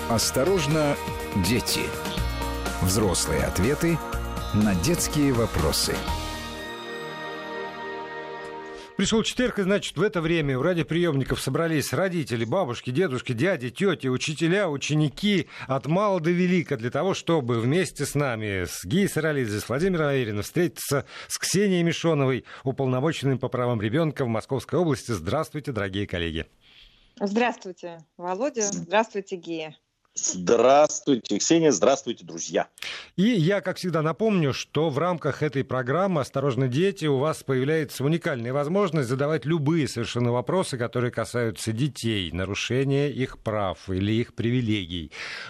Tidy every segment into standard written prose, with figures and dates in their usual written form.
Осторожно, дети. Взрослые ответы на детские вопросы. Пришел четверг, и, значит, в это время у радиоприемников собрались родители, бабушки, дедушки, дяди, тети, учителя, ученики от мала до велика для того, чтобы вместе с нами, с Гией Саралидзе, с Владимиром Авериным встретиться с Ксенией Мишоновой, уполномоченным по правам ребенка в Московской области. Здравствуйте, дорогие коллеги. Здравствуйте, Володя. Здравствуйте, Гия. Здравствуйте, Ксения. Здравствуйте, друзья. И я, как всегда, напомню, что в рамках этой программы «Осторожно, дети» у вас появляется уникальная возможность задавать любые совершенно вопросы, которые касаются детей, нарушения их прав или их привилегий,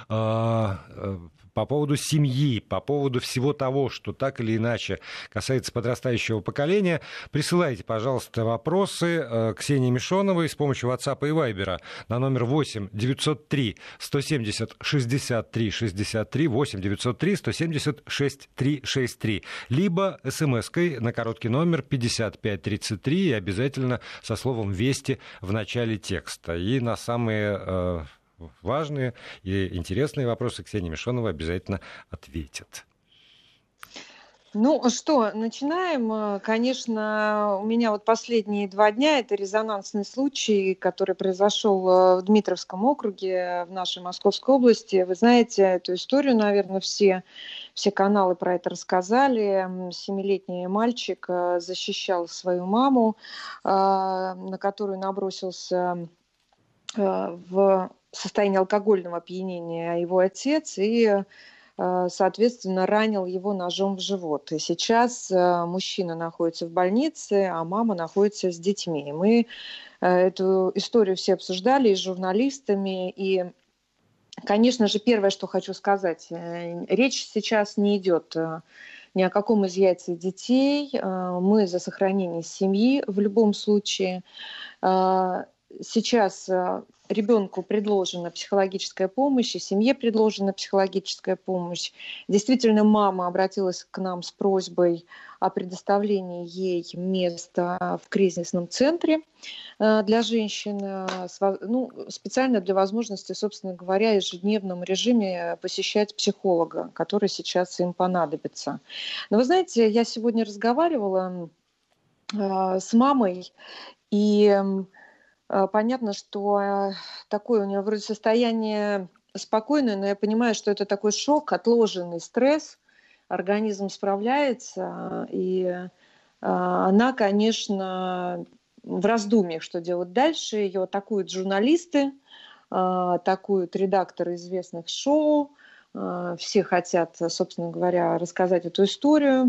по поводу семьи, по поводу всего того, что так или иначе касается подрастающего поколения. Присылайте, пожалуйста, вопросы Ксении Мишоновой с помощью WhatsApp и Viber на номер 8 903 170 63 63 8 903 170 63 63, либо смс-кой на короткий номер 5533 и обязательно со словом «Вести» в начале текста. И на самые важные и интересные вопросы Ксения Мишонова обязательно ответит. Ну что, начинаем. Конечно, у меня вот последние 2 дня это резонансный случай, который произошел в Дмитровском округе в нашей Московской области. Вы знаете эту историю, наверное, все каналы про это рассказали. 7-летний мальчик защищал свою маму, на которую набросился в состоянии алкогольного опьянения его отец и, соответственно, ранил его ножом в живот. И сейчас мужчина находится в больнице, а мама находится с детьми. Мы эту историю все обсуждали и с журналистами. И, конечно же, первое, что хочу сказать, речь сейчас не идет ни о каком изъятии детей. Мы за сохранение семьи в любом случае. Сейчас ребенку предложена психологическая помощь, и семье предложена психологическая помощь. Действительно, мама обратилась к нам с просьбой о предоставлении ей места в кризисном центре для женщин, специально для возможности, собственно говоря, в ежедневном режиме посещать психолога, который сейчас им понадобится. Но вы знаете, я сегодня разговаривала с мамой, и понятно, что такое у нее вроде состояние спокойное, но я понимаю, что это такой шок, отложенный стресс, организм справляется, и она, конечно, в раздумьях, что делать дальше. Ее атакуют журналисты, атакуют редакторы известных шоу, все хотят, собственно говоря, рассказать эту историю.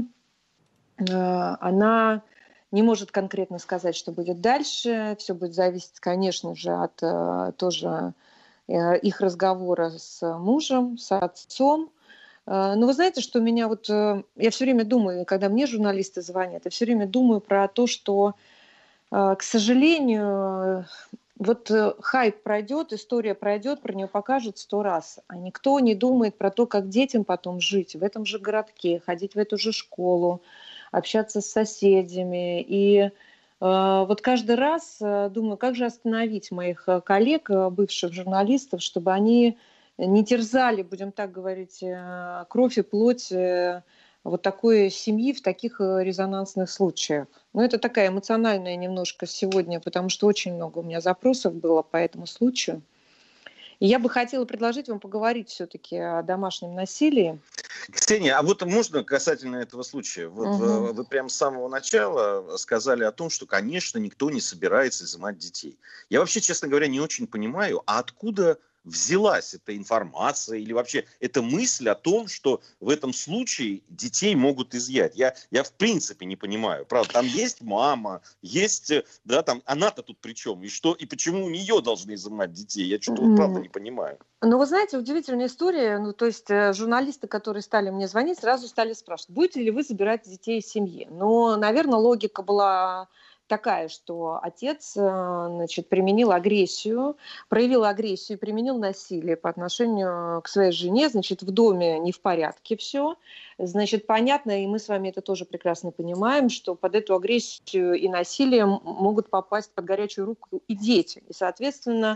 Она не может конкретно сказать, что будет дальше. Все будет зависеть, конечно же, от тоже их разговора с мужем, с отцом. Но вы знаете, что меня я все время думаю, когда мне журналисты звонят, я все время думаю про то, что, к сожалению, хайп пройдет, история пройдет, про нее покажут 100 раз, а никто не думает про то, как детям потом жить в этом же городке, ходить в эту же школу, общаться с соседями. И каждый раз думаю, как же остановить моих коллег, бывших журналистов, чтобы они не терзали, будем так говорить, кровь и плоть такой семьи в таких резонансных случаях. Это такая эмоциональная немножко сегодня, потому что очень много у меня запросов было по этому случаю. И я бы хотела предложить вам поговорить все-таки о домашнем насилии. Ксения, а можно касательно этого случая? Вы прямо с самого начала сказали о том, что, конечно, никто не собирается изымать детей. Я вообще, честно говоря, не очень понимаю, а откуда взялась эта информация или вообще эта мысль о том, что в этом случае детей могут изъять. Я в принципе не понимаю. Правда, там есть мама, есть, там она-то тут при чем? И почему у нее должны изымать детей? Я что-то правда не понимаю. Вы знаете, удивительная история. Журналисты, которые стали мне звонить, сразу стали спрашивать, будете ли вы забирать детей из семьи. Наверное, логика была такая, что отец, проявил агрессию и применил насилие по отношению к своей жене, в доме не в порядке все. Понятно, и мы с вами это тоже прекрасно понимаем, что под эту агрессию и насилие могут попасть под горячую руку и дети. И, соответственно,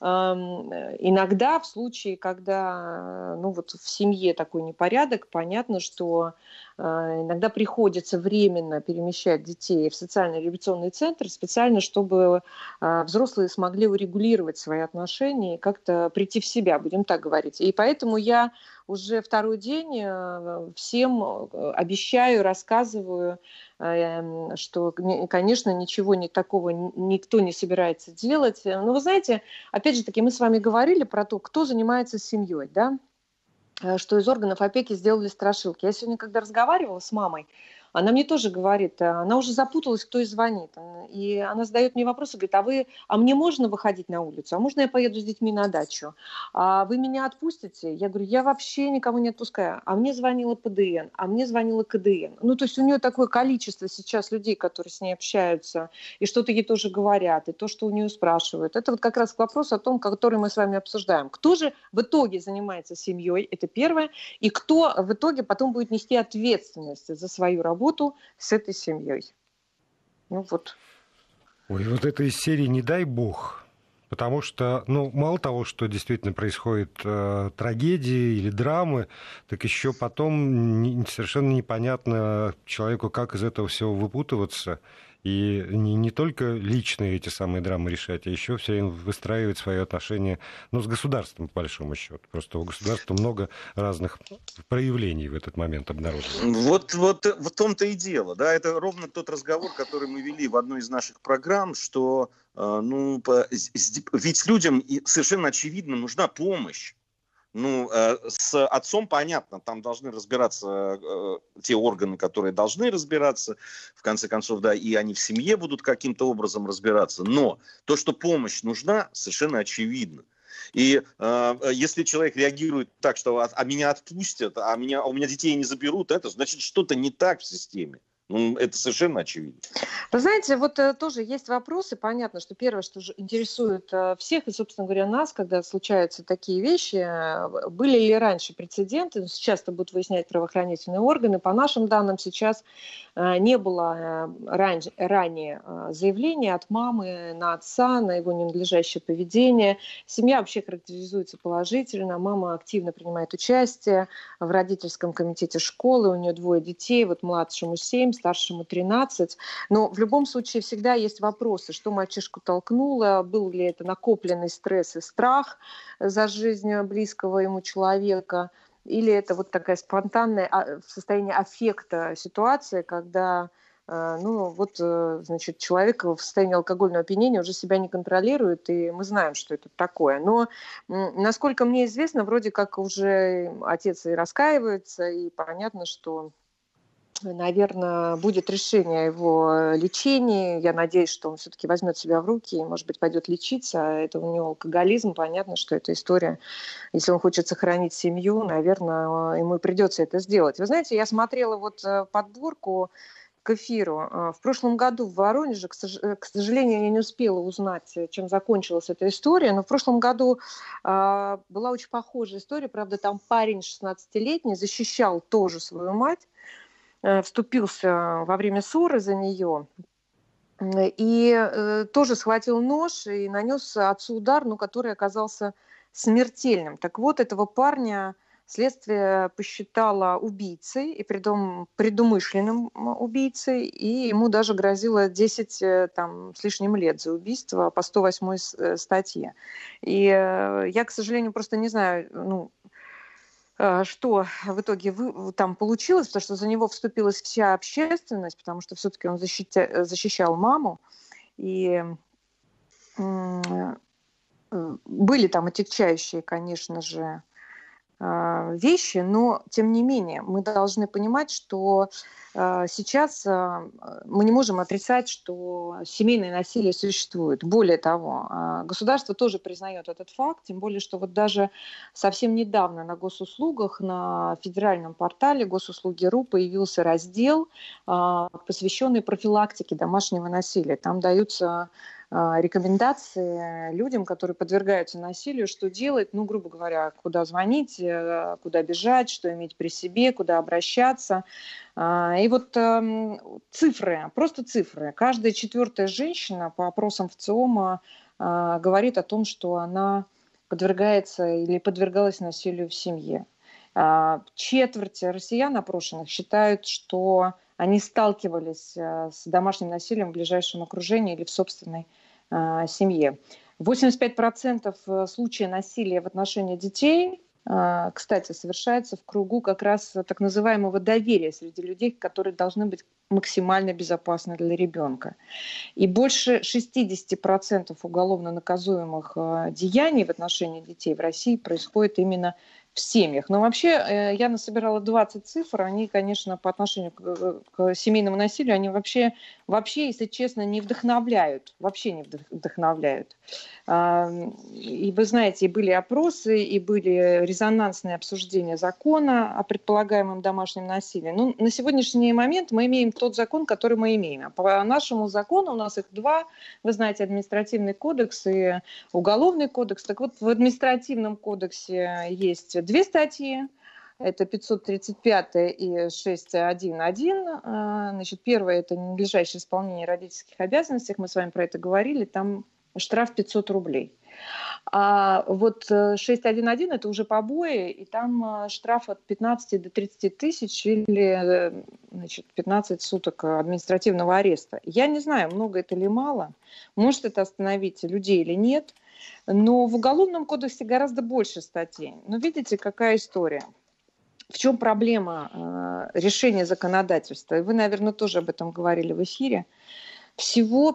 иногда в случае, когда вот в семье такой непорядок, понятно, что иногда приходится временно перемещать детей в социально-реабилитационный центр специально, чтобы взрослые смогли урегулировать свои отношения и как-то прийти в себя, будем так говорить. И поэтому я уже второй день всем обещаю, рассказываю, что, конечно, ничего такого никто не собирается делать. Но вы знаете, опять же таки, мы с вами говорили про то, кто занимается семьей, да? Что из органов опеки сделали страшилки. Я сегодня, когда разговаривала с мамой, она мне тоже говорит, она уже запуталась, кто ей звонит. И она задает мне вопрос и говорит, а мне можно выходить на улицу? А можно я поеду с детьми на дачу? А вы меня отпустите? Я говорю, я вообще никого не отпускаю. А мне звонила ПДН, а мне звонила КДН. То есть у нее такое количество сейчас людей, которые с ней общаются, и что-то ей тоже говорят, и то, что у нее спрашивают. Это вот как раз вопрос о том, который мы с вами обсуждаем. Кто же в итоге занимается семьей? Это первое. И кто в итоге потом будет нести ответственность за свою работу с этой семьей. Вот. Ой, вот это из серии «Не дай бог». Потому что, мало того, что действительно происходят трагедии или драмы, так еще потом совершенно непонятно человеку, как из этого всего выпутываться. И не только личные эти самые драмы решать, а еще все время выстраивать свои отношения с государством, по большому счету. Просто у государства много разных проявлений в этот момент обнаружено. Вот в том-то и дело. Да? Это ровно тот разговор, который мы вели в одной из наших программ, что ведь людям совершенно очевидно нужна помощь. С отцом понятно, там должны разбираться те органы, которые должны разбираться, в конце концов, да, и они в семье будут каким-то образом разбираться. Но то, что помощь нужна, совершенно очевидно. И если человек реагирует так, что меня отпустят, у меня детей не заберут, это значит что-то не так в системе. Это совершенно очевидно. Вы знаете, вот тоже есть вопросы. Понятно, что первое, что же интересует всех, и, собственно говоря, нас, когда случаются такие вещи, были ли раньше прецеденты, сейчас это будут выяснять правоохранительные органы. По нашим данным, сейчас не было ранее заявления от мамы на отца, на его ненадлежащее поведение. Семья вообще характеризуется положительно. Мама активно принимает участие в родительском комитете школы. У нее 2 детей, вот младшему 7, старшему 13. Но в любом случае всегда есть вопросы, что мальчишку толкнуло, был ли это накопленный стресс и страх за жизнь близкого ему человека, или это вот такая спонтанная в состоянии аффекта ситуация, когда человек в состоянии алкогольного опьянения уже себя не контролирует, и мы знаем, что это такое. Но, насколько мне известно, вроде как уже отец и раскаивается, и понятно, что наверное, будет решение о его лечении. Я надеюсь, что он все-таки возьмет себя в руки и, может быть, пойдет лечиться. Это у него алкоголизм. Понятно, что эта история, если он хочет сохранить семью, наверное, ему придется это сделать. Вы знаете, я смотрела подборку к эфиру. В прошлом году в Воронеже, к сожалению, я не успела узнать, чем закончилась эта история, но в прошлом году была очень похожая история. Правда, там парень 16-летний защищал тоже свою мать, вступился во время ссоры за нее и тоже схватил нож и нанес отцу удар, который оказался смертельным. Так вот, этого парня следствие посчитало убийцей и предумышленным убийцей, и ему даже грозило 10 с лишним лет за убийство по 108 статье. И я, к сожалению, просто не знаю, что в итоге там получилось, потому что за него вступилась вся общественность, потому что все-таки он защищал маму. И были там отягчающие, конечно же, вещи, но тем не менее мы должны понимать, что сейчас мы не можем отрицать, что семейное насилие существует. Более того, государство тоже признает этот факт, тем более, что вот даже совсем недавно на госуслугах, на федеральном портале Госуслуги.ру появился раздел, посвященный профилактике домашнего насилия. Там даются рекомендации людям, которые подвергаются насилию, что делать, грубо говоря, куда звонить, куда бежать, что иметь при себе, куда обращаться. И вот цифры, просто цифры. Каждая 4-я женщина по опросам ВЦИОМа говорит о том, что она подвергается или подвергалась насилию в семье. Четверть россиян опрошенных считают, что они сталкивались с домашним насилием в ближайшем окружении или в собственной семье. 85% случаев насилия в отношении детей, кстати, совершается в кругу как раз так называемого доверия среди людей, которые должны быть максимально безопасны для ребенка. И больше 60% уголовно наказуемых деяний в отношении детей в России происходит именно в семьях. Но вообще я насобирала 20 цифр, они, конечно, по отношению к семейному насилию, они вообще, если честно, не вдохновляют, вообще не вдохновляют. И вы знаете, и были опросы, и были резонансные обсуждения закона о предполагаемом домашнем насилии. Ну, на сегодняшний момент мы имеем тот закон, который мы имеем. А по нашему закону у нас их два, вы знаете, административный кодекс и уголовный кодекс. Так вот, в административном кодексе есть две статьи. Это 535 и 6.1.1. Значит, первое – это ненадлежащее исполнение родительских обязанностей. Мы с вами про это говорили. Там штраф 500 рублей. А вот 6.1.1 – это уже побои, и там штраф от 15 до 30 тысяч или, значит, 15 суток административного ареста. Я не знаю, много это или мало, может это остановить людей или нет, но в Уголовном кодексе гораздо больше статей. Но видите, какая история. В чем проблема решения законодательства? И вы, наверное, тоже об этом говорили в эфире. Всего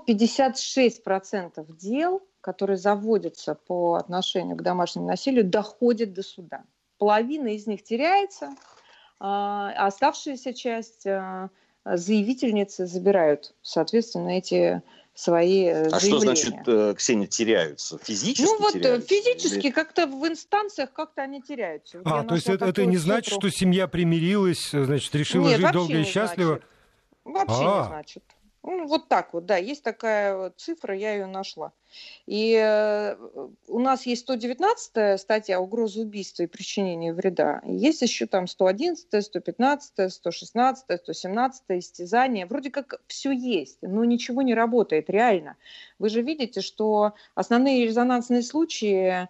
56% дел, которые заводятся по отношению к домашнему насилию, доходят до суда. Половина из них теряется, а оставшаяся часть заявительницы забирают, соответственно, эти свои заявления. А что значит, Ксения, теряются? Физически теряются? Ну вот физически, или... как-то в инстанциях как-то они теряются. То есть это не значит, что семья примирилась, значит, решила жить долго и счастливо? Вообще не значит. Ну, вот так вот, да, есть такая цифра, я ее нашла. И у нас есть 119-я статья «Угроза убийства и причинения вреда». Есть еще там 111-я, 115-я, 116-я, 117-я, истязание. Вроде как все есть, но ничего не работает реально. Вы же видите, что основные резонансные случаи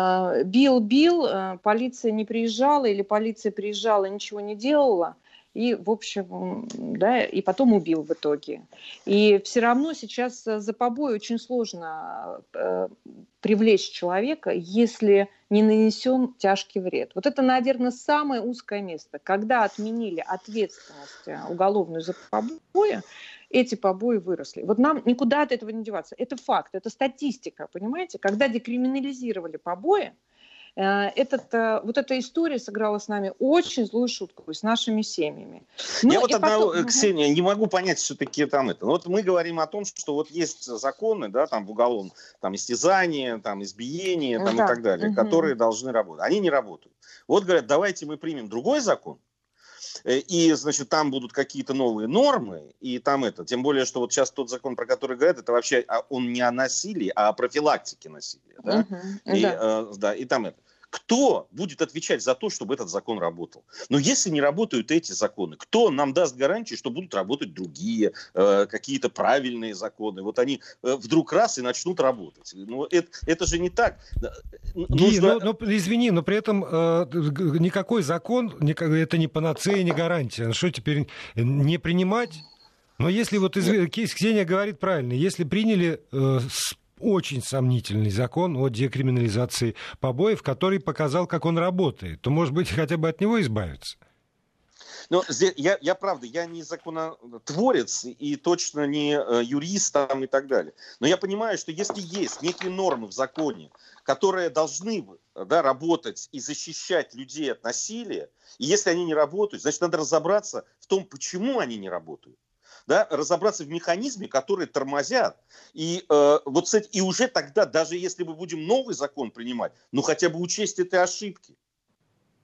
бил, полиция не приезжала или полиция приезжала и ничего не делала. И, в общем, да, и потом убил в итоге. И все равно сейчас за побои очень сложно привлечь человека, если не нанесен тяжкий вред. Вот это, наверное, самое узкое место. Когда отменили ответственность уголовную за побои, эти побои выросли. Вот нам никуда от этого не деваться. Это факт, это статистика, понимаете? Когда декриминализировали побои, вот эта история сыграла с нами очень злую шутку, с нашими семьями. Я вот одного, Ксения, не могу понять все-таки там это. Вот мы говорим о том, что вот есть законы, да, там в уголовном, там истязание, там избиение, там, и так далее, которые должны работать. Они не работают. Вот говорят, давайте мы примем другой закон, и, значит, там будут какие-то новые нормы, и там это. Тем более, что вот сейчас тот закон, про который говорят, это вообще он не о насилии, а о профилактике насилия. Да? И там это. Кто будет отвечать за то, чтобы этот закон работал? Но если не работают эти законы, кто нам даст гарантии, что будут работать другие, какие-то правильные законы? Вот они вдруг раз и начнут работать. Ну, это же не так. Нужно... Извини, но при этом никакой закон, это не панацея, не гарантия. Что теперь не принимать? Но если вот Ксения говорит правильно, если приняли очень сомнительный закон о декриминализации побоев, который показал, как он работает, то, может быть, хотя бы от него избавиться? Но здесь, правда, я не законотворец и точно не юрист там, и так далее. Но я понимаю, что если есть некие нормы в законе, которые должны работать и защищать людей от насилия, и если они не работают, значит, надо разобраться в том, почему они не работают. Да, разобраться в механизме, которые тормозят. И, и уже тогда, даже если мы будем новый закон принимать, ну хотя бы учесть эти ошибки.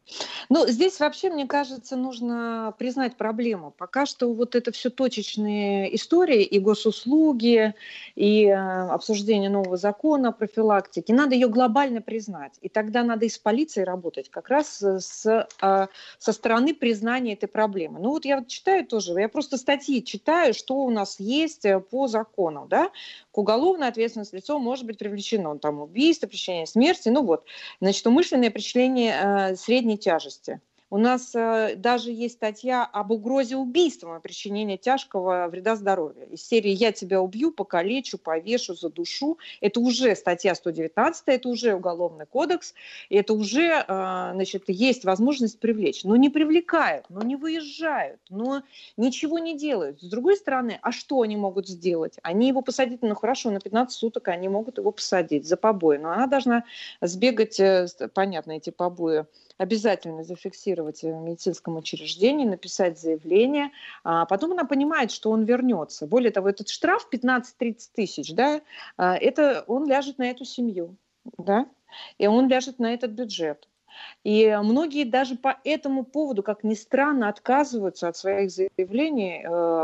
Ну, здесь вообще, мне кажется, нужно признать проблему. Пока что вот это все точечные истории, и госуслуги, и обсуждение нового закона о профилактике. Надо ее глобально признать. И тогда надо и с полицией работать как раз со стороны признания этой проблемы. Ну вот я вот читаю тоже, я просто статьи читаю, что у нас есть по закону, да. К уголовной ответственности лицо может быть привлечено, там, убийство, причинение смерти, ну вот. Значит, умышленное причинение средней тяжести. У нас даже есть статья об угрозе убийством и причинении тяжкого вреда здоровью. Из серии «Я тебя убью, покалечу, повешу, задушу». Это уже статья 119, это уже Уголовный кодекс, и это уже, значит, есть возможность привлечь. Но не привлекают, но не выезжают, но ничего не делают. С другой стороны, а что они могут сделать? Они его посадить, ну хорошо, на 15 суток они могут его посадить за побои, но она должна сбегать, понятно, эти побои обязательно зафиксировать в медицинском учреждении, написать заявление, а потом она понимает, что он вернется. Более того, этот штраф 15-30 тысяч, да, это он ляжет на эту семью, да, и он ляжет на этот бюджет. И многие даже по этому поводу, как ни странно, отказываются от своих заявлений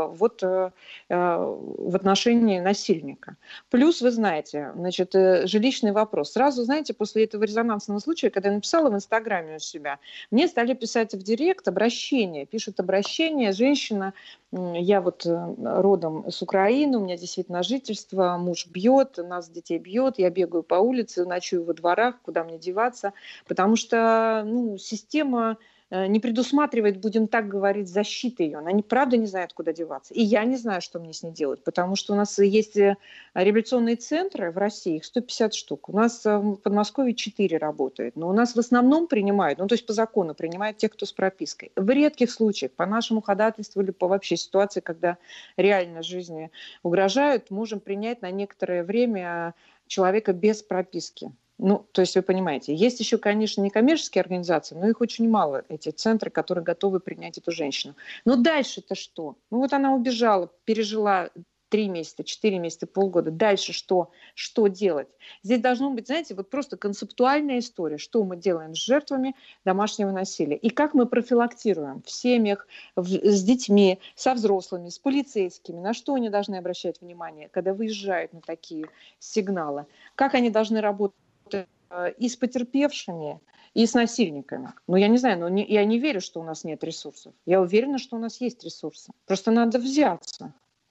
в отношении насильника. Плюс, вы знаете, значит, жилищный вопрос. Сразу, знаете, после этого резонансного случая, когда я написала в Инстаграме у себя, мне стали писать в директ обращение. Пишет обращение женщина, я вот родом с Украины, у меня здесь вид на жительство, муж бьет, нас детей бьет, я бегаю по улице, ночую во дворах, куда мне деваться, потому что система не предусматривает, будем так говорить, защиты ее. Она правда не знает, куда деваться. И я не знаю, что мне с ней делать, потому что у нас есть реабилитационные центры в России, их 150 штук. У нас в Подмосковье 4 работает, но у нас в основном принимают, то есть по закону принимают тех, кто с пропиской. В редких случаях, по нашему ходатайству или по вообще ситуации, когда реально жизни угрожают, можем принять на некоторое время человека без прописки. То есть вы понимаете, есть еще, конечно, некоммерческие организации, но их очень мало, эти центры, которые готовы принять эту женщину. Но дальше-то что? Она убежала, пережила 3 месяца, 4 месяца, полгода. Дальше что? Что делать? Здесь должно быть, знаете, просто концептуальная история, что мы делаем с жертвами домашнего насилия и как мы профилактируем в семьях, с детьми, со взрослыми, с полицейскими, на что они должны обращать внимание, когда выезжают на такие сигналы, как они должны работать и с потерпевшими, и с насильниками. Я не знаю, я не верю, что у нас нет ресурсов. Я уверена, что у нас есть ресурсы. Просто надо взяться.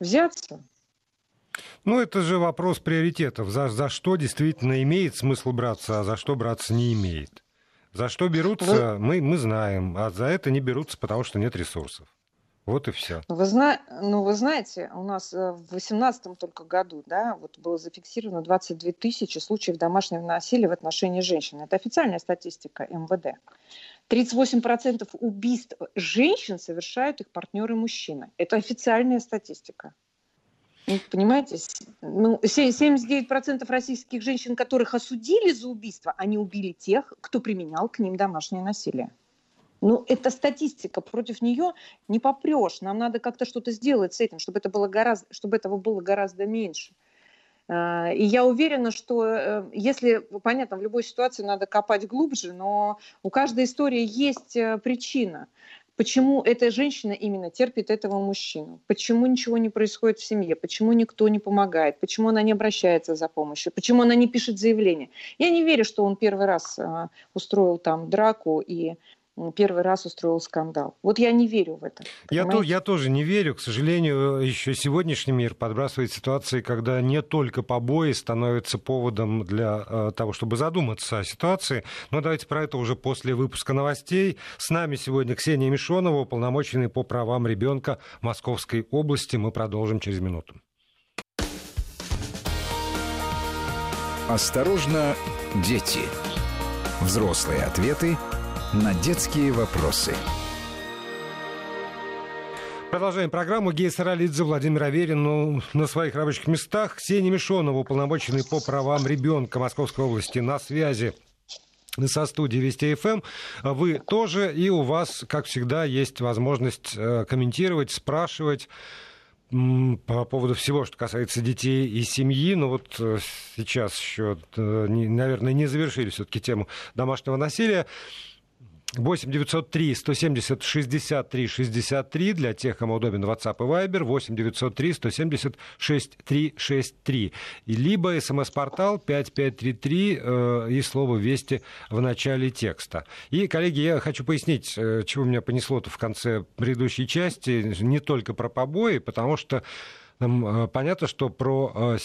Это же вопрос приоритетов. За что действительно имеет смысл браться, а за что браться не имеет. За что берутся, мы знаем, а за это не берутся, потому что нет ресурсов. Вот и все. Вы знаете, у нас в 2018 только году, да, было зафиксировано 22 тысячи случаев домашнего насилия в отношении женщин. Это официальная статистика МВД. 38% убийств женщин совершают их партнеры-мужчины. Это официальная статистика. Понимаете, 79% российских женщин, которых осудили за убийство, они убили тех, кто применял к ним домашнее насилие. Это статистика, против нее не попрешь. Нам надо как-то что-то сделать с этим, чтобы этого было гораздо меньше. И я уверена, что если, понятно, в любой ситуации надо копать глубже, но у каждой истории есть причина. Почему эта женщина именно терпит этого мужчину? Почему ничего не происходит в семье? Почему никто не помогает? Почему она не обращается за помощью? Почему она не пишет заявление? Я не верю, что он первый раз устроил там драку и первый раз устроил скандал. Я не верю в это. Я тоже не верю. К сожалению, еще сегодняшний мир подбрасывает ситуации, когда не только побои становятся поводом для того, чтобы задуматься о ситуации. Но давайте про это уже после выпуска новостей. С нами сегодня Ксения Мишонова, уполномоченный по правам ребенка Московской области. Мы продолжим через минуту. Осторожно, дети. Взрослые ответы на детские вопросы. Продолжаем программу. Гея Саралидзе, Владимир Аверин на своих рабочих местах. Ксения Мишонова, уполномоченный по правам ребенка Московской области, на связи со студией Вести ФМ. Вы тоже, и у вас, как всегда, есть возможность комментировать, спрашивать по поводу всего, что касается детей и семьи. Сейчас еще, наверное, не завершили все-таки тему домашнего насилия. 8 903 170 63 63 для тех, кому удобен WhatsApp и Viber, 8 903 170 6363. Либо смс-портал 5533 и слово «Вести» в начале текста. И, коллеги, я хочу пояснить, чего меня понесло-то в конце предыдущей части, не только про побои, потому что понятно, что про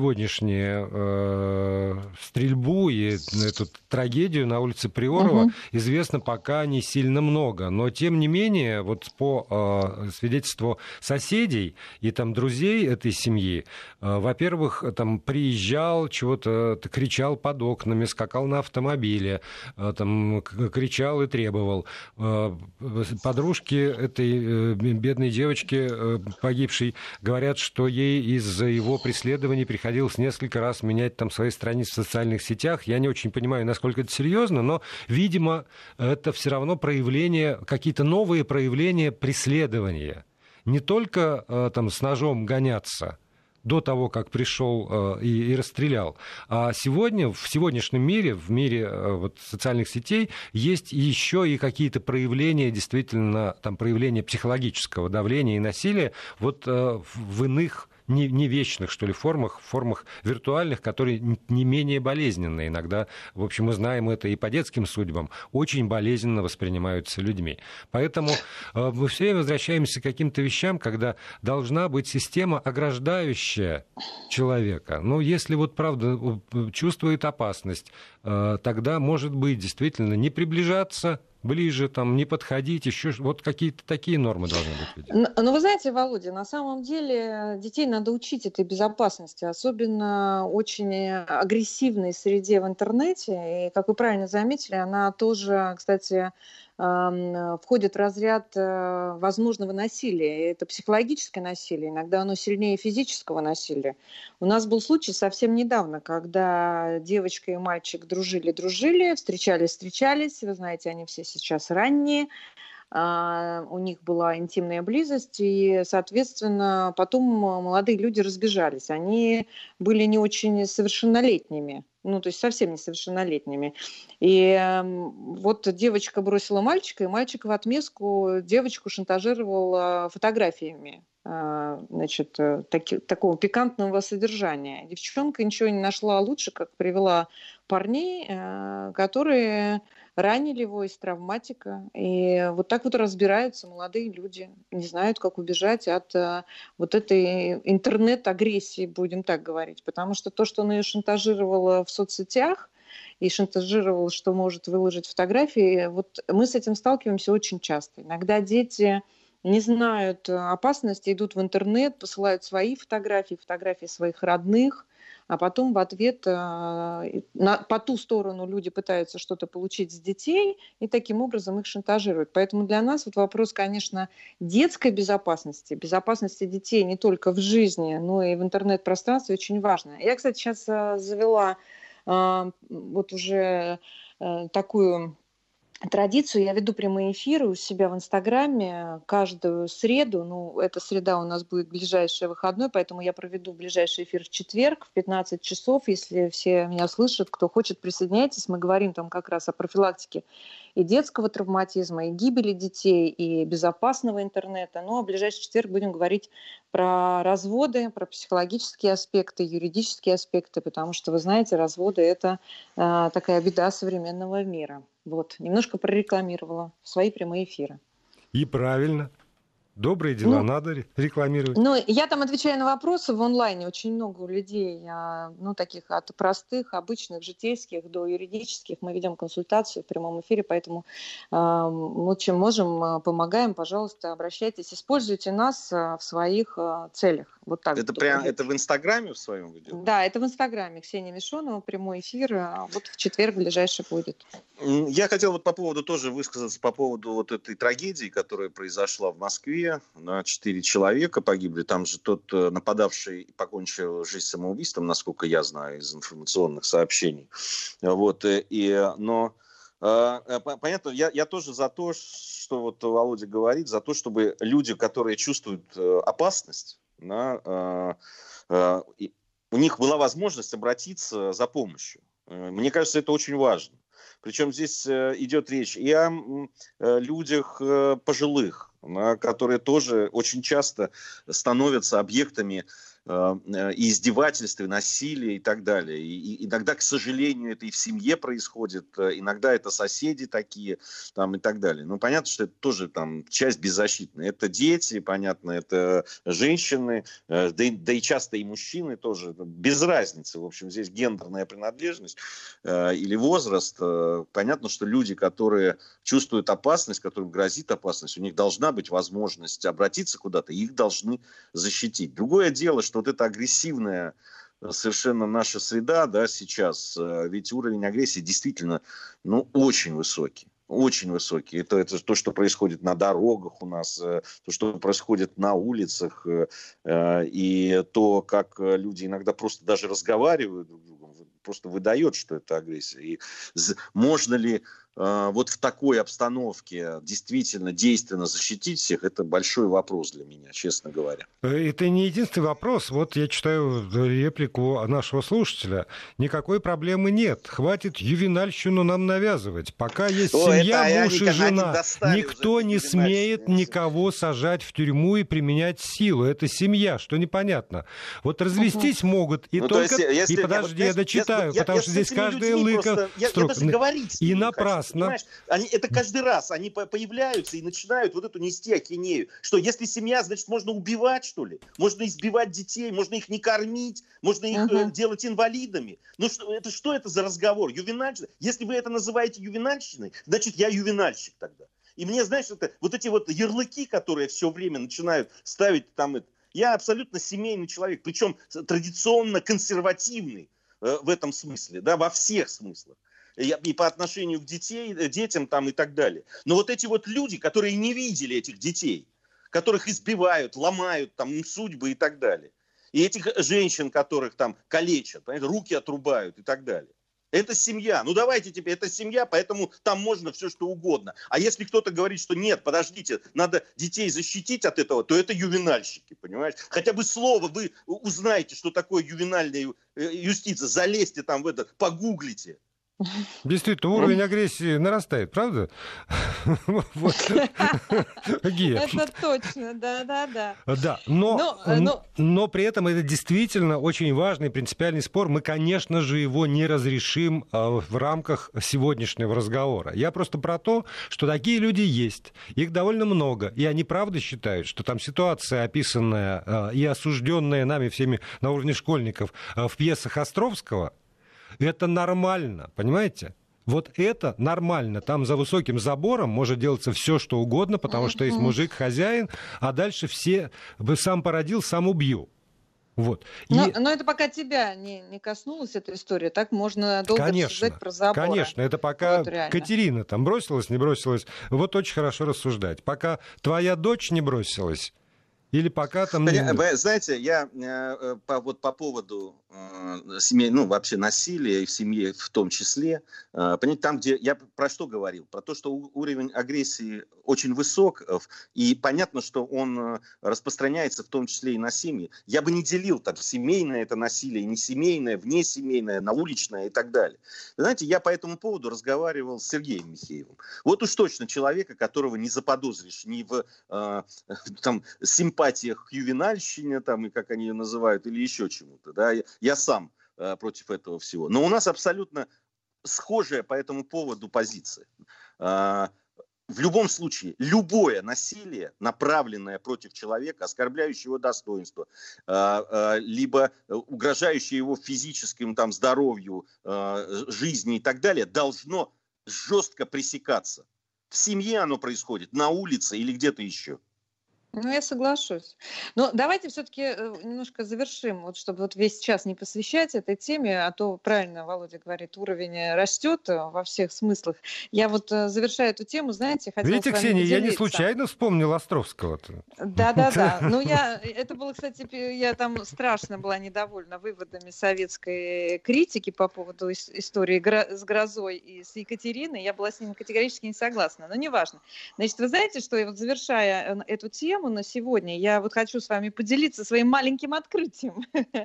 сегодняшнюю стрельбу и эту трагедию на улице Приорова известно пока не сильно много. Но, тем не менее, вот по свидетельству соседей и там друзей этой семьи, во-первых, там приезжал, чего-то кричал под окнами, скакал на автомобиле, там кричал и требовал. Подружки этой бедной девочки, погибшей, говорят, что ей из-за его преследований приходилось несколько раз менять там свои страницы в социальных сетях. Я не очень понимаю, насколько это серьезно, но, видимо, это все равно проявление, какие-то новые проявления преследования. Не только там с ножом гоняться до того, как пришел и расстрелял. А сегодня, в сегодняшнем мире, в мире вот, социальных сетей, есть еще и какие-то проявления, действительно, там, проявления психологического давления и насилия вот, в иных, не вечных, что ли, формах виртуальных, которые не менее болезненные. Иногда, в общем, мы знаем это и по детским судьбам, очень болезненно воспринимаются людьми. Поэтому мы все время возвращаемся к каким-то вещам, когда должна быть система, ограждающая человека. Но если вот, правда, чувствует опасность, тогда, может быть, действительно не приближаться ближе, там, не подходить, еще вот какие-то такие нормы должны быть. Ну, вы знаете, Володя, на самом деле детей надо учить этой безопасности, особенно очень агрессивной среде в интернете. И, как вы правильно заметили, она тоже, кстати, входит в разряд возможного насилия. Это психологическое насилие, иногда оно сильнее физического насилия. У нас был случай совсем недавно, когда девочка и мальчик дружили, встречались. Вы знаете, они все сейчас ранние. У них была интимная близость, и, соответственно, потом молодые люди разбежались. Они были не очень совершеннолетними, ну, то есть совсем несовершеннолетними. И вот девочка бросила мальчика, и мальчик в отместку девочку шантажировал фотографиями, значит, такого пикантного содержания. Девчонка ничего не нашла лучше, как привела парней, которые ранили его из травматика. И вот так вот разбираются молодые люди. Не знают, как убежать от вот этой интернет-агрессии, будем так говорить. Потому что то, что он ее шантажировал в соцсетях, и шантажировал, что может выложить фотографии, вот мы с этим сталкиваемся очень часто. Иногда дети не знают опасности, идут в интернет, посылают свои фотографии своих родных, а потом в ответ по ту сторону люди пытаются что-то получить с детей и таким образом их шантажируют. Поэтому для нас вот вопрос, конечно, детской безопасности детей не только в жизни, но и в интернет-пространстве очень важно. Я, кстати, сейчас завела вот уже такую традицию. Я веду прямые эфиры у себя в Инстаграме каждую среду. Ну, эта среда у нас будет ближайший выходной, поэтому я проведу ближайший эфир в четверг в 15 часов. Если все меня слышат, кто хочет, присоединяйтесь. Мы говорим там как раз о профилактике и детского травматизма, и гибели детей, и безопасного интернета. Ну, а в ближайший четверг будем говорить про разводы, про психологические аспекты, юридические аспекты, потому что, вы знаете, разводы – это такая беда современного мира. Вот, немножко прорекламировала свои прямые эфиры. И правильно. Добрые дела надо рекламировать. Ну, я там отвечаю на вопросы в онлайне. Очень много у людей, ну, таких от простых, обычных, житейских до юридических. Мы ведем консультацию в прямом эфире, поэтому мы чем можем, помогаем. Пожалуйста, обращайтесь. Используйте нас в своих целях. Вот так. Это в Инстаграме в своем вы делаете? Да, это в Инстаграме. Ксения Мишонова, прямой эфир. Вот в четверг ближайший будет. Я хотел вот по поводу тоже высказаться по поводу вот этой трагедии, которая произошла в Москве. 4 человека погибли. Там же тот нападавший покончил жизнь самоубийством, насколько я знаю, из информационных сообщений. Вот, но понятно, я тоже за то, что вот Володя говорит, за то, чтобы люди, которые чувствуют опасность, у них была возможность обратиться за помощью. Мне кажется, это очень важно. Причем здесь идет речь и о людях пожилых, которые тоже очень часто становятся объектами издевательств, насилия и так далее. И иногда, к сожалению, это и в семье происходит, иногда это соседи такие там, и так далее. Ну, понятно, что это тоже там часть беззащитная. Это дети, понятно, это женщины, да и часто и мужчины тоже. Без разницы, в общем, здесь гендерная принадлежность или возраст. Понятно, что люди, которые чувствуют опасность, которым грозит опасность, у них должна быть возможность обратиться куда-то, их должны защитить. Другое дело, что вот эта агрессивная совершенно наша среда, да, сейчас, ведь уровень агрессии действительно, ну, очень высокий. Очень высокий. Это то, что происходит на дорогах у нас, то, что происходит на улицах, и то, как люди иногда просто даже разговаривают друг с другом, просто выдает, что это агрессия. И можно ли вот в такой обстановке действительно действенно защитить всех, это большой вопрос для меня, честно говоря. Это не единственный вопрос. Вот я читаю реплику нашего слушателя. Никакой проблемы нет. Хватит ювенальщину нам навязывать. Пока есть семья, муж и жена, никто не смеет никого сажать в тюрьму и применять силу. Это семья, что непонятно. Вот развестись могут и только... И подожди, я дочитаю, потому что здесь каждая лыка... И напрасно. Это каждый раз они появляются и начинают вот эту нести ахинею, что если семья, значит, можно убивать, что ли? Можно избивать детей, можно их не кормить, можно их делать инвалидами. Ну что это за разговор? Ювенальщина? Если вы это называете ювенальщиной, значит, я ювенальщик тогда. И мне, знаешь, вот эти вот ярлыки, которые все время начинают ставить там... Я абсолютно семейный человек, причем традиционно консервативный в этом смысле, да, во всех смыслах. И по отношению к детям там и так далее. Но вот эти вот люди, которые не видели этих детей, которых избивают, ломают там им судьбы и так далее. И этих женщин, которых там калечат, руки отрубают и так далее. Это семья. Ну давайте теперь, это семья, поэтому там можно все что угодно. А если кто-то говорит, что нет, подождите, надо детей защитить от этого, то это ювенальщики, понимаешь? Хотя бы слово вы узнаете, что такое ювенальная юстиция, залезьте там в это, погуглите. Действительно, уровень агрессии нарастает, правда? Это точно, да. Да, но при этом это действительно очень важный принципиальный спор. Мы, конечно же, его не разрешим в рамках сегодняшнего разговора. Я просто про то, что такие люди есть. Их довольно много. И они правда считают, что там ситуация, описанная и осужденная нами всеми на уровне школьников в пьесах Островского, это нормально, понимаете? Вот это нормально. Там за высоким забором может делаться все, что угодно, потому что есть мужик, хозяин, а дальше все «сам породил, сам убью». Вот. Но это пока тебя не коснулась, эта история. Так можно долго рассуждать про заборы. Конечно, это пока вот Катерина там бросилась, не бросилась. Вот очень хорошо рассуждать. Пока твоя дочь не бросилась, или пока там... Знаете, я по поводу семьи, ну, вообще насилия и в семье в том числе, понимаете, там, где я про что говорил? Про то, что уровень агрессии очень высок, и понятно, что он распространяется в том числе и на семьи. Я бы не делил так, семейное это насилие, не семейное, внесемейное, науличное и так далее. Знаете, я по этому поводу разговаривал с Сергеем Михеевым. Вот уж точно человека, которого не заподозришь ни в там, симпатиях к ювенальщине, там, и как они ее называют, или еще чему-то. Да? Я сам против этого всего. Но у нас абсолютно схожая по этому поводу позиция. В любом случае, любое насилие, направленное против человека, оскорбляющее его достоинство, либо угрожающее его физическому там, здоровью, жизни и так далее, должно жестко пресекаться. В семье оно происходит, на улице или где-то еще. Ну, я соглашусь. Но давайте все-таки немножко завершим, вот, чтобы вот весь час не посвящать этой теме, а то, правильно Володя говорит, уровень растет во всех смыслах. Я вот завершаю эту тему, знаете, хотела Видите, с вами Ксения, поделиться. я не случайно вспомнил Островского-то. Да. Ну, это было, кстати, я там страшно была недовольна выводами советской критики по поводу истории с Грозой и с Екатериной. Я была с ними категорически не согласна, но неважно. Значит, вы знаете, что я вот завершая эту тему на сегодня, я вот хочу с вами поделиться своим маленьким открытием.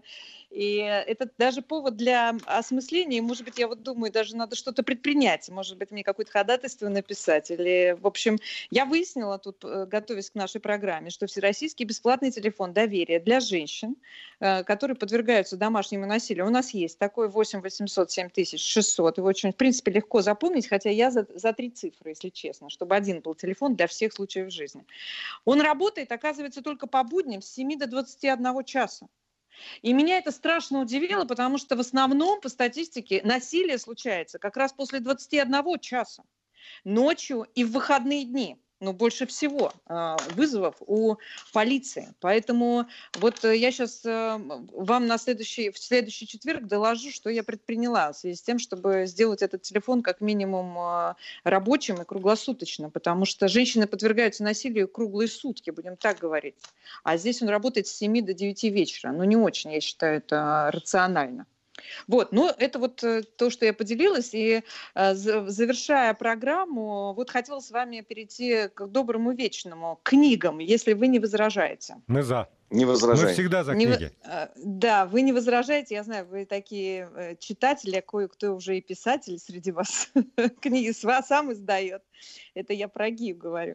И это даже повод для осмысления. Может быть, я вот думаю, даже надо что-то предпринять. Может быть, мне какое-то ходатайство написать. Или, в общем, я выяснила тут, готовясь к нашей программе, что Всероссийский бесплатный телефон доверия для женщин, которые подвергаются домашнему насилию, у нас есть такой 8 800 7600. Его очень, в принципе, легко запомнить, хотя я за 3 цифры, если честно, чтобы один был телефон для всех случаев жизни. Он работает, оказывается, только по будням с 7 до 21 часа. И меня это страшно удивило, потому что в основном, по статистике, насилие случается как раз после 21 часа, ночью и в выходные дни. Ну, больше всего вызовов у полиции. Поэтому вот я сейчас вам в следующий четверг доложу, что я предприняла в связи с тем, чтобы сделать этот телефон как минимум рабочим и круглосуточно, потому что женщины подвергаются насилию круглые сутки, будем так говорить. А здесь он работает с 7 до 9 вечера. Ну, не очень, я считаю, это рационально. Вот, ну это вот то, что я поделилась, и завершая программу, вот хотела с вами перейти к доброму вечному, книгам, если вы не возражаете. Мы за. Не возражаем. Мы всегда за книги. Да, вы не возражаете, я знаю, вы такие читатели, а кое-кто уже и писатель среди вас книги сам издает. Это я про ГИЮ говорю.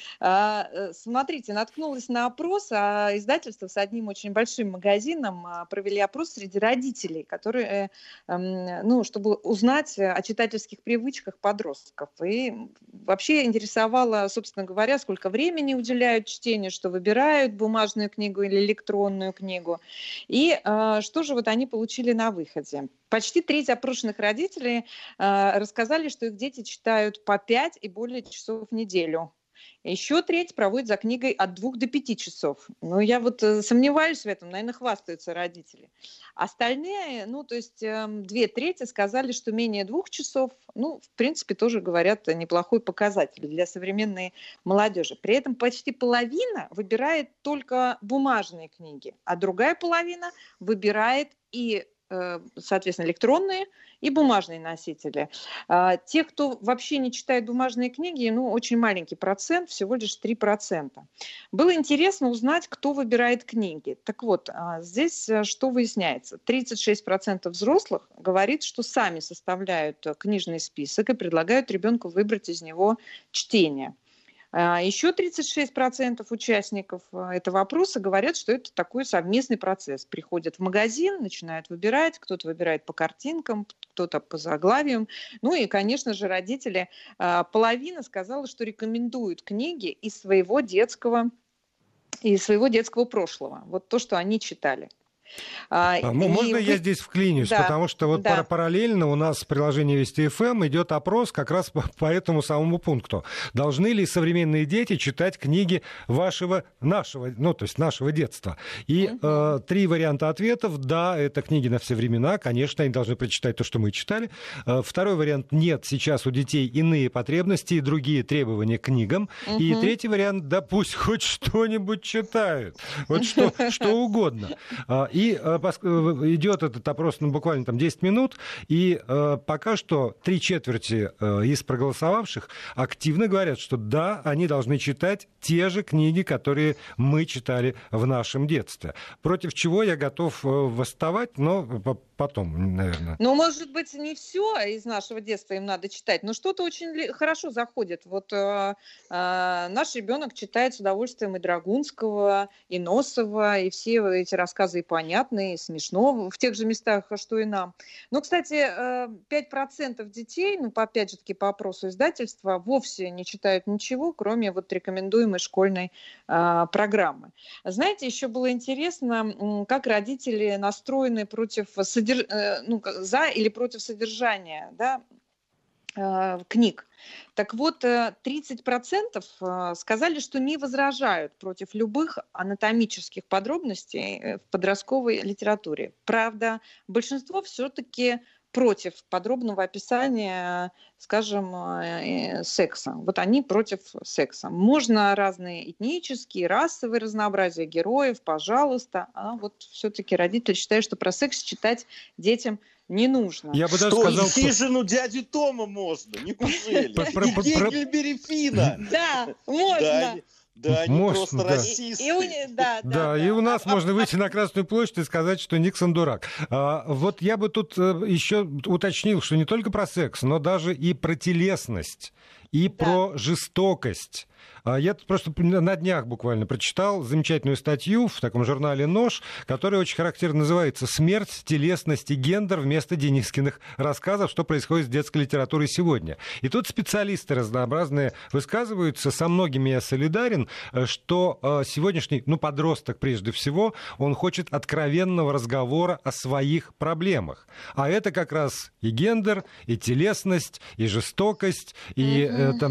Смотрите, наткнулась на опрос, издательство с одним очень большим магазином провели опрос среди родителей, которые, чтобы узнать о читательских привычках подростков. И вообще интересовало, собственно говоря, сколько времени уделяют чтению, что выбирают, бумажную книгу или электронную книгу. И что же вот они получили на выходе? Почти треть опрошенных родителей рассказали, что их дети читают по 5 и более часов в неделю. Еще треть проводит за книгой от 2 до 5 часов. Ну, я вот сомневаюсь в этом, наверное, хвастаются родители. Остальные, то есть 2/3 сказали, что менее 2 часов, в принципе, тоже говорят, неплохой показатель для современной молодежи. При этом почти половина выбирает только бумажные книги, а другая половина выбирает и соответственно, электронные и бумажные носители. Те, кто вообще не читает бумажные книги, очень маленький процент, всего лишь 3%. Было интересно узнать, кто выбирает книги. Так вот, здесь что выясняется? 36% взрослых говорит, что сами составляют книжный список и предлагают ребенку выбрать из него чтение. Еще 36% участников этого опроса говорят, что это такой совместный процесс. Приходят в магазин, начинают выбирать, кто-то выбирает по картинкам, кто-то по заглавиям. И, конечно же, родители, половина сказала, что рекомендуют книги из своего детского прошлого. Вот то, что они читали. Можно я здесь вклинюсь? Да, потому что параллельно у нас в приложении Вести ФМ идет опрос как раз по этому самому пункту. Должны ли современные дети читать книги нашего детства? И 3 варианта ответов. Да, это книги на все времена. Конечно, они должны прочитать то, что мы читали. Второй вариант. Нет, сейчас у детей иные потребности и другие требования к книгам. И третий вариант. Да пусть хоть что-нибудь читают. Вот что угодно. И идет этот опрос буквально 10 минут, и пока что 3/4 из проголосовавших активно говорят, что да, они должны читать те же книги, которые мы читали в нашем детстве. Против чего я готов восставать, но потом, наверное. Может быть, не все из нашего детства им надо читать, но что-то очень хорошо заходит. Вот наш ребенок читает с удовольствием и Драгунского, и Носова, и все эти рассказы и понятно, и смешно в тех же местах, что и нам. Но, кстати, 5% детей, опять же таки по опросу издательства, вовсе не читают ничего, кроме рекомендуемой школьной программы. Знаете, еще было интересно, как родители настроены за или против содержания, книг. Так вот, 30% сказали, что не возражают против любых анатомических подробностей в подростковой литературе. Правда, большинство все-таки против подробного описания, скажем, секса. Вот они против секса. Можно разные этнические, расовые разнообразия героев, пожалуйста. А вот все-таки родители считают, что про секс читать детям не нужно. Я бы даже сказал, что хижину дяди Тома можно, неужели? И Гегельбери Финна. Да, можно. Да, они Может, просто да. расисты. Да, и у нас можно выйти на Красную площадь и сказать, что Никсон дурак. Вот я бы тут еще уточнил, что не только про секс, но даже и про телесность, и про жестокость. Я тут просто на днях буквально прочитал замечательную статью в таком журнале «Нож», которая очень характерно называется «Смерть, телесность и гендер» вместо Денискиных рассказов, что происходит с детской литературой сегодня. И тут специалисты разнообразные высказываются, со многими я солидарен, что сегодняшний, подросток прежде всего, он хочет откровенного разговора о своих проблемах. А это как раз и гендер, и телесность, и жестокость, и,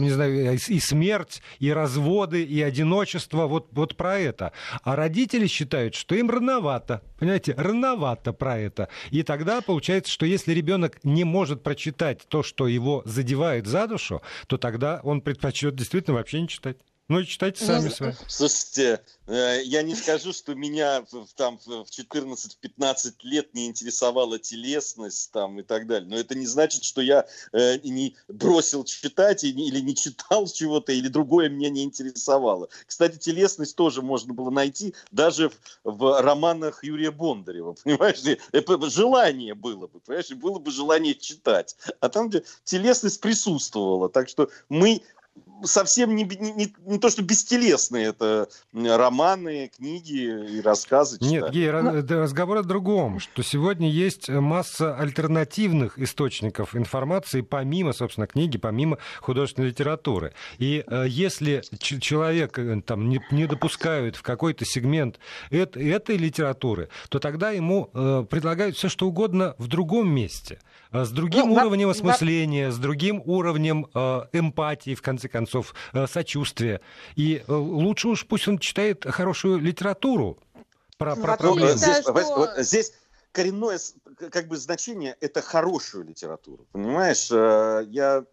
и смерть, и разводы, и одиночество, вот про это. А родители считают, что им рановато, понимаете, рановато про это. И тогда получается, что если ребенок не может прочитать то, что его задевает за душу, то тогда он предпочтет действительно вообще не читать. Ну и читайте сами свои. Слушайте, я не скажу, что меня там в 14-15 лет не интересовала телесность там, и так далее. Но это не значит, что я не бросил читать или не читал чего-то, или другое меня не интересовало. Кстати, телесность тоже можно было найти даже в романах Юрия Бондарева. Понимаешь? Желание было бы, понимаешь? Было бы желание читать. А там, где телесность присутствовала. Так что мы совсем не то, что бестелесные это романы, книги и рассказы читать. Нет, Гей, разговор о другом, что сегодня есть масса альтернативных источников информации, помимо, собственно, книги, помимо художественной литературы. И если человек там не допускают в какой-то сегмент этой литературы, то тогда ему предлагают все, что угодно в другом месте, с другим уровнем осмысления, с другим уровнем эмпатии, в конце концов, сочувствия. И лучше уж пусть он читает хорошую литературу про проблемы. Здесь коренное значение – это хорошую литературу. Понимаешь, я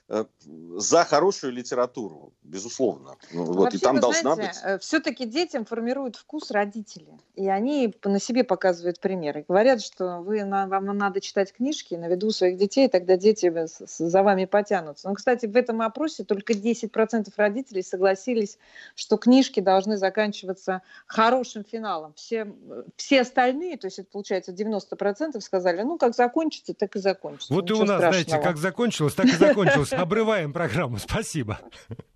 за хорошую литературу, безусловно. Вообще, и там вы должна знаете, быть. Все-таки детям формируют вкус родители. И они на себе показывают примеры. Говорят, что вам надо читать книжки на виду своих детей, тогда дети за вами потянутся. Но, кстати, в этом опросе только 10% родителей согласились, что книжки должны заканчиваться хорошим финалом. Все остальные, то есть это получается 90%, сказали, как закончится, так и закончится. Вот и у нас, знаете, как закончилось, так и закончилось. Обрываем программу. Спасибо.